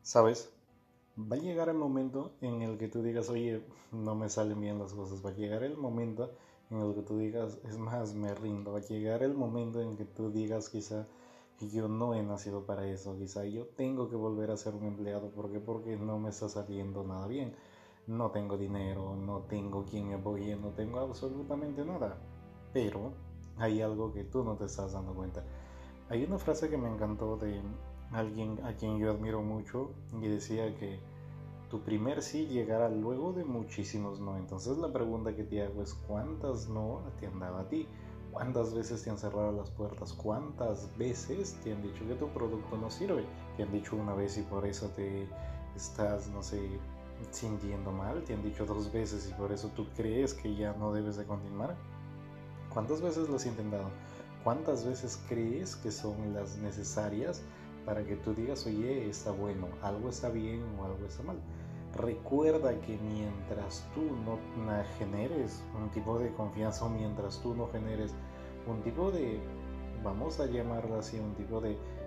¿Sabes? Va a llegar el momento en el que tú digas, oye, no me salen bien las cosas. Va a llegar el momento en el que tú digas, es más, me rindo. Va a llegar el momento en que tú digas, quizá, yo no he nacido para eso. Quizá yo tengo que volver a ser un empleado. ¿Por qué? Porque no me está saliendo nada bien. No tengo dinero, no tengo quien me apoye, no tengo absolutamente nada. Pero hay algo que tú no te estás dando cuenta. Hay una frase que me encantó de alguien a quien yo admiro mucho y decía que tu primer sí llegará luego de muchísimos no. Entonces la pregunta que te hago es ¿cuántas no te han dado a ti? ¿Cuántas veces te han cerrado las puertas? ¿Cuántas veces te han dicho que tu producto no sirve? Te han dicho una vez y por eso te estás, no sé, sintiendo mal. Te han dicho dos veces y por eso tú crees que ya no debes de continuar. ¿Cuántas veces lo has intentado? ¿Cuántas veces crees que son las necesarias para que tú digas, oye, está bueno, algo está bien o algo está mal? Recuerda que mientras tú no generes un tipo de confianza o mientras tú no generes un tipo de, vamos a llamarlo así, un tipo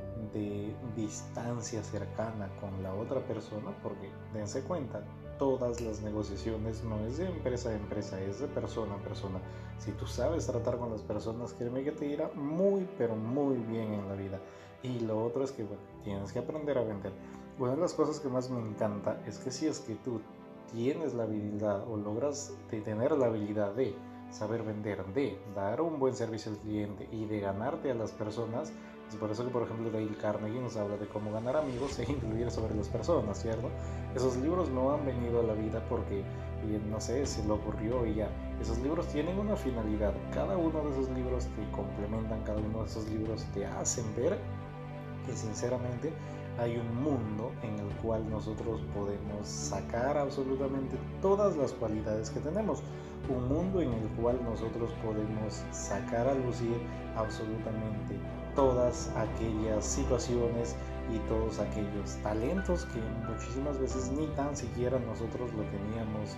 de distancia cercana con la otra persona, porque dense cuenta, todas las negociaciones no es de empresa a empresa, es de persona a persona. Si tú sabes tratar con las personas, créeme que te irá muy, pero muy bien en la vida. Y lo otro es que, bueno, tienes que aprender a vender. Una de las cosas que más me encanta es que si es que tú tienes la habilidad o logras de tener la habilidad de saber vender, de dar un buen servicio al cliente y de ganarte a las personas, es por eso que, por ejemplo, Dale Carnegie nos habla de cómo ganar amigos e influir sobre las personas, ¿cierto? Esos libros no han venido a la vida porque, no sé, se le ocurrió y ya. Esos libros tienen una finalidad. Cada uno de esos libros te complementan, cada uno de esos libros te hacen ver que sinceramente hay un mundo en el cual nosotros podemos sacar absolutamente todas las cualidades que tenemos. Un mundo en el cual nosotros podemos sacar a lucir absolutamente todas aquellas situaciones y todos aquellos talentos que muchísimas veces ni tan siquiera nosotros lo teníamos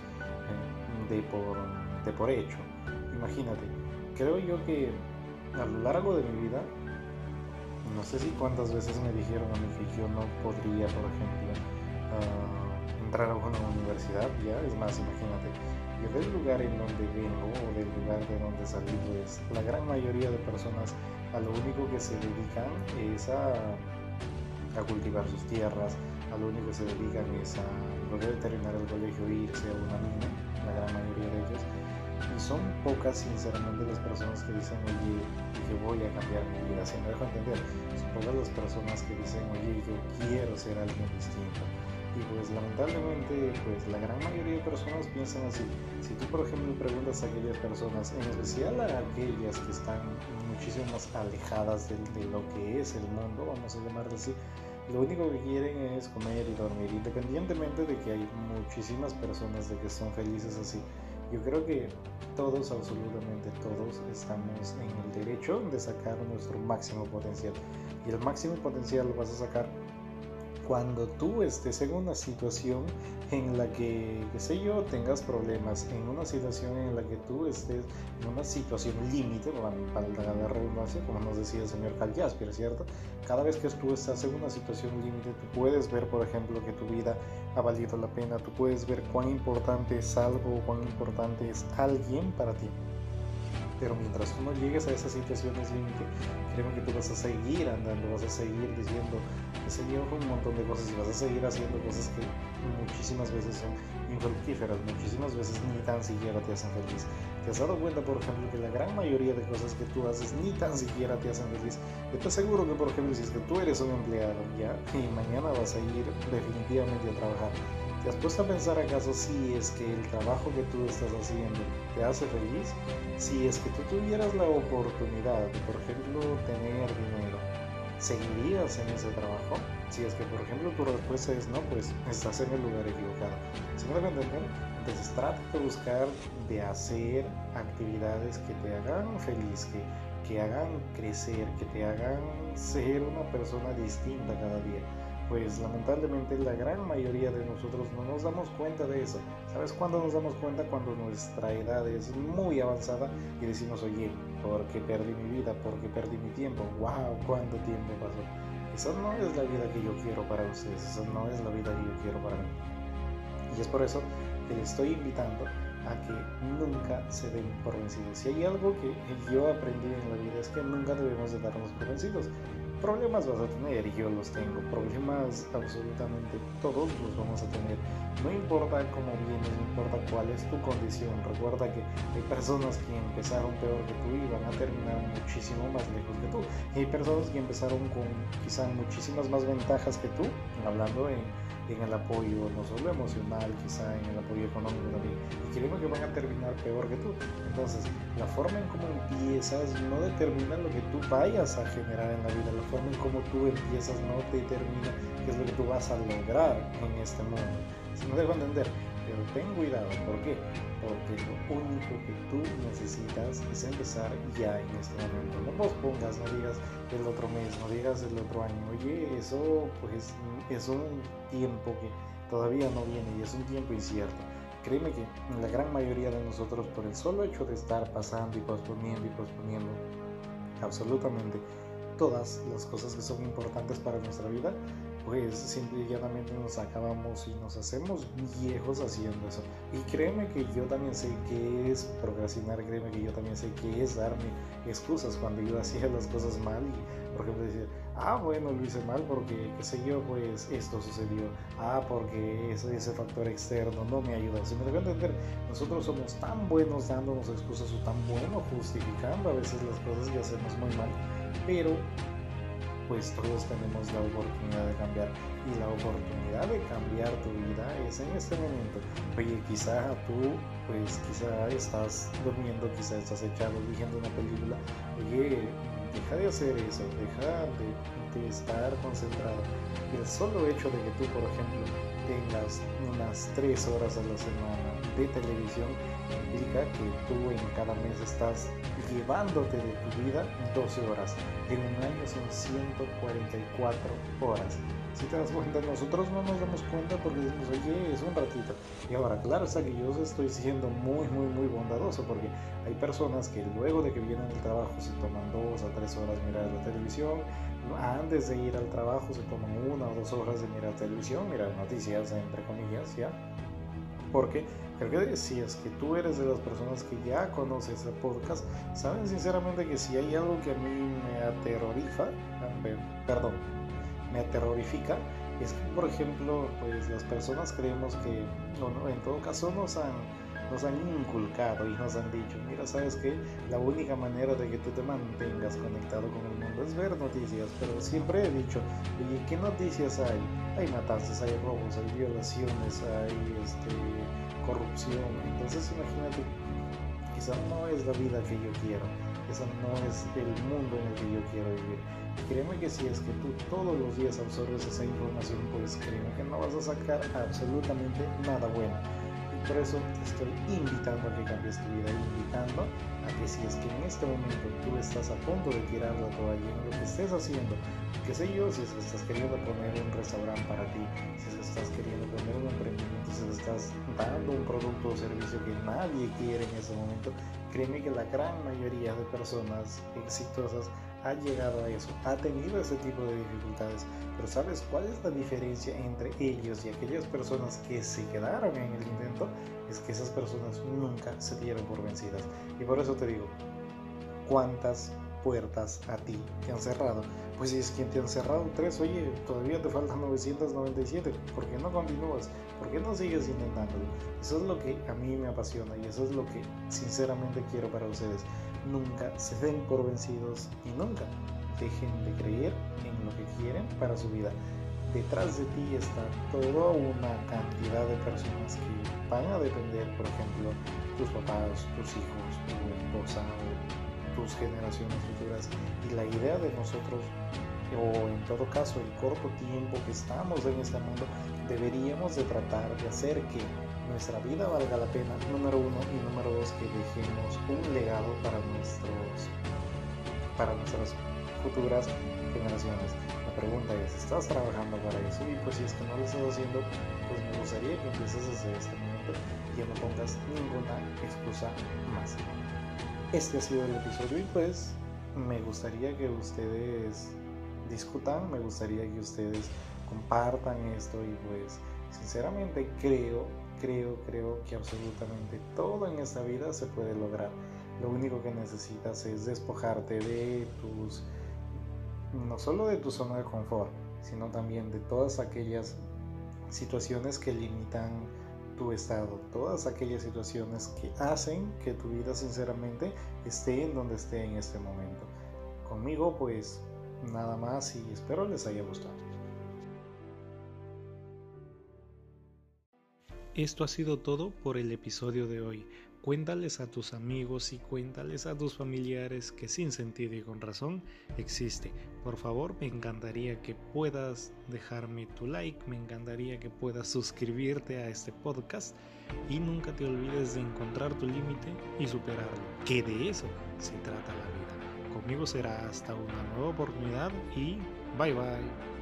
de por hecho. Imagínate, creo yo que a lo largo de mi vida no sé si cuántas veces me dijeron a mí que yo no podría, por ejemplo, entrar a una universidad, ya, es más, imagínate, yo del lugar en donde vengo o del lugar de donde salí, pues la gran mayoría de personas a lo único que se dedican es a cultivar sus tierras, a lo único que se dedican es a, luego de terminar el colegio, irse a una mina, la gran mayoría de ellos. Y son pocas, sinceramente, las personas que dicen, oye, yo voy a cambiar mi vida. Si me dejo entender, son pocas las personas que dicen, oye, yo quiero ser alguien distinto. Y pues lamentablemente, pues la gran mayoría de personas piensan así. Si tú, por ejemplo, preguntas a aquellas personas, en especial a aquellas que están muchísimo más alejadas de lo que es el mundo, vamos a llamarlo así, lo único que quieren es comer y dormir, independientemente de que hay muchísimas personas de que son felices así. Yo creo que todos, absolutamente todos, estamos en el derecho de sacar nuestro máximo potencial. Y el máximo potencial lo vas a sacar cuando tú estés en una situación en la que, qué sé yo, tengas problemas, en una situación en la que tú estés en una situación límite, para la redundancia, como nos decía el señor Cal Jasper, ¿cierto? Cada vez que tú estás en una situación límite, tú puedes ver, por ejemplo, que tu vida ha valido la pena, tú puedes ver cuán importante es algo, cuán importante es alguien para ti. Pero mientras tú no llegues a esas situaciones límite, créeme que tú vas a seguir andando, vas a seguir diciendo, Señor, un montón de cosas y vas a seguir haciendo cosas que muchísimas veces son infructíferas, muchísimas veces ni tan siquiera te hacen feliz. ¿Te has dado cuenta, por ejemplo, que la gran mayoría de cosas que tú haces ni tan siquiera te hacen feliz? Yo te aseguro que, por ejemplo, si es que tú eres un empleado ya y mañana vas a ir definitivamente a trabajar, ¿te has puesto a pensar acaso si es que el trabajo que tú estás haciendo te hace feliz? Si es que tú tuvieras la oportunidad de, por ejemplo, tener dinero, ¿seguirías en ese trabajo? Si es que, por ejemplo, tu respuesta es no, pues estás en el lugar equivocado. ¿Se me debe entender? Entonces trata de buscar de hacer actividades que te hagan feliz, que hagan crecer, que te hagan ser una persona distinta cada día. Pues lamentablemente la gran mayoría de nosotros no nos damos cuenta de eso. ¿Sabes cuándo nos damos cuenta? Cuando nuestra edad es muy avanzada y decimos, oye, ¿por qué perdí mi vida? ¿Por qué perdí mi tiempo? ¡Wow! ¿Cuánto tiempo pasó? esa no es la vida que yo quiero para ustedes, esa no es la vida que yo quiero para mí. Y es por eso que le estoy invitando a que nunca se den por vencidos. Si hay algo que yo aprendí en la vida es que nunca debemos de darnos por vencidos. Problemas vas a tener, y yo los tengo. Problemas absolutamente todos los vamos a tener. No importa cómo vienes, no importa cuál es tu condición. Recuerda que hay personas que empezaron peor que tú y van a terminar muchísimo más lejos que tú. Y hay personas que empezaron con quizá muchísimas más ventajas que tú, hablando en el apoyo no solo emocional, quizá en el apoyo económico también, y créeme que van a terminar peor que tú. Entonces, la forma en cómo empiezas no determina lo que tú vayas a generar en la vida, la forma en cómo tú empiezas no determina qué es lo que tú vas a lograr en este mundo. Si me dejo entender, pero ten cuidado, ¿por qué? Porque lo único que tú necesitas es empezar ya en este momento. No pospongas, no digas el otro mes, no digas el otro año. Oye, eso pues es un tiempo que todavía no viene y es un tiempo incierto. Créeme que la gran mayoría de nosotros, por el solo hecho de estar pasando y posponiendo absolutamente todas las cosas que son importantes para nuestra vida, pues simple y llanamente nos acabamos y nos hacemos viejos haciendo eso. Y créeme que yo también sé qué es procrastinar, créeme que yo también sé qué es darme excusas cuando yo hacía las cosas mal y, por ejemplo, decir, bueno, lo hice mal porque, qué sé yo, pues esto sucedió, porque ese factor externo no me ayudó. Si me debo entender, nosotros somos tan buenos dándonos excusas o tan buenos justificando a veces las cosas que hacemos muy mal, pero pues todos tenemos la oportunidad de cambiar, y la oportunidad de cambiar tu vida es en este momento. Oye, quizá tú, pues quizá estás durmiendo, quizá estás echado viendo una película. Oye, deja de hacer eso, deja de estar concentrado. El solo hecho de que tú, por ejemplo, tengas unas 3 horas a la semana de televisión implica que tú en cada mes estás llevándote de tu vida 12 horas. En un año son 144 horas. Si te das cuenta, nosotros no nos damos cuenta porque decimos, oye, es un ratito. Y ahora, claro, está que yo estoy siendo muy bondadoso, porque hay personas que luego de que vienen del trabajo se toman 2 a 3 horas mirar la televisión. Antes de ir al trabajo se toman 1 o 2 horas de mirar televisión, mirar noticias, entre comillas, ¿ya? Porque creo que si es que tú eres de las personas que ya conoces el podcast, saben sinceramente que si hay algo que a mí me aterrorifica, es que, por ejemplo, pues las personas creemos que, no, en todo caso nos han inculcado y nos han dicho, mira, ¿sabes qué? La única manera de que tú te mantengas conectado con el mundo es ver noticias, pero siempre he dicho, oye, ¿qué noticias hay? Hay matanzas, hay robos, hay violaciones, hay corrupción. Entonces imagínate, quizá no es la vida que yo quiero, esa no es el mundo en el que yo quiero vivir. Créeme que si es que tú todos los días absorbes esa información, pues créeme que no vas a sacar absolutamente nada bueno. Por eso te estoy invitando a que cambies tu vida, invitando a que si es que en este momento tú estás a punto de tirar la toalla en lo que estés haciendo, qué sé yo, si es que estás queriendo poner un restaurante para ti, si es que estás queriendo poner un emprendimiento, si es que estás dando un producto o servicio que nadie quiere en ese momento, créeme que la gran mayoría de personas exitosas ha llegado a eso, ha tenido ese tipo de dificultades. Pero ¿sabes cuál es la diferencia entre ellos y aquellas personas que se quedaron en el intento? Es que esas personas nunca se dieron por vencidas. Y por eso te digo, ¿cuántas puertas a ti te han cerrado? Pues si es que te han cerrado 3, oye, todavía te faltan 997, ¿por qué no continúas? ¿Por qué no sigues intentándolo? Eso es lo que a mí me apasiona y eso es lo que sinceramente quiero para ustedes. Nunca se den por vencidos y nunca dejen de creer en lo que quieren para su vida. Detrás de ti está toda una cantidad de personas que van a depender, por ejemplo, tus papás, tus hijos, tu esposa o tus generaciones futuras. Y la idea de nosotros, o en todo caso el corto tiempo que estamos en este mundo, deberíamos de tratar de hacer que nuestra vida valga la pena, número 1, y número 2, que dejemos un legado para nuestras futuras generaciones. La pregunta es, ¿estás trabajando para eso? Y pues si es que no lo estás haciendo, pues me gustaría que empieces desde este momento y que no pongas ninguna excusa más. Este ha sido el episodio y pues me gustaría que ustedes discutan, me gustaría que ustedes compartan esto y pues sinceramente creo que absolutamente todo en esta vida se puede lograr. Lo único que necesitas es despojarte de no solo de tu zona de confort, sino también de todas aquellas situaciones que limitan tu estado, todas aquellas situaciones que hacen que tu vida sinceramente esté en donde esté en este momento. Conmigo pues nada más y espero les haya gustado. Esto ha sido todo por el episodio de hoy. Cuéntales a tus amigos y cuéntales a tus familiares que sin sentido y con razón existe. Por favor, me encantaría que puedas dejarme tu like, me encantaría que puedas suscribirte a este podcast y nunca te olvides de encontrar tu límite y superarlo, que de eso se trata la vida. Conmigo será hasta una nueva oportunidad y bye bye.